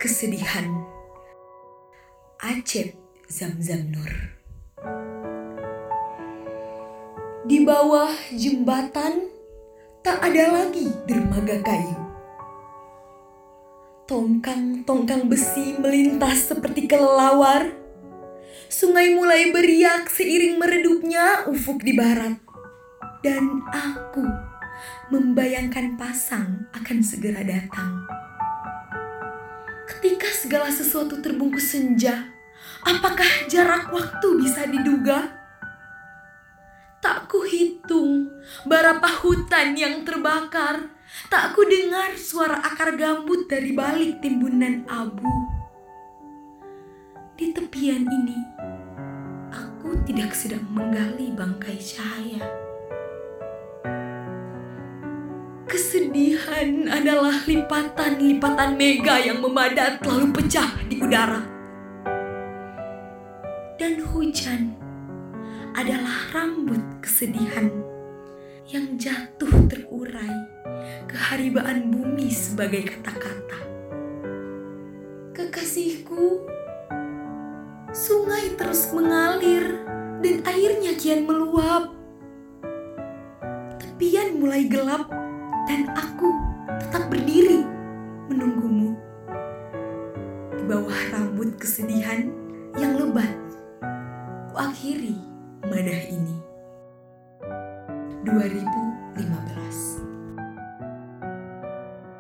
Kesedihan. Acep Zamzam Nur. Di bawah jembatan tak ada lagi dermaga kayu. Tongkang-tongkang besi melintas seperti kelelawar. Sungai mulai beriak seiring meredupnya ufuk di barat. Dan aku membayangkan pasang akan segera datang. Ketika segala sesuatu terbungkus senja, apakah jarak waktu bisa diduga? Tak kuhitung berapa hutan yang terbakar. Tak kudengar suara akar gambut dari balik timbunan abu. Di tepian ini, aku tidak sedang menggali bangkai cahaya. Kesedihan adalah lipatan-lipatan mega yang memadat lalu pecah di udara. Dan hujan adalah rambut kesedihan yang jatuh terurai keharibaan bumi sebagai kata-kata. Kekasihku, sungai terus mengalir dan airnya kian meluap. Tepian mulai gelap dan aku tetap berdiri menunggumu. Di bawah rambut kesedihan yang lebat, kuakhiri madah ini. 2015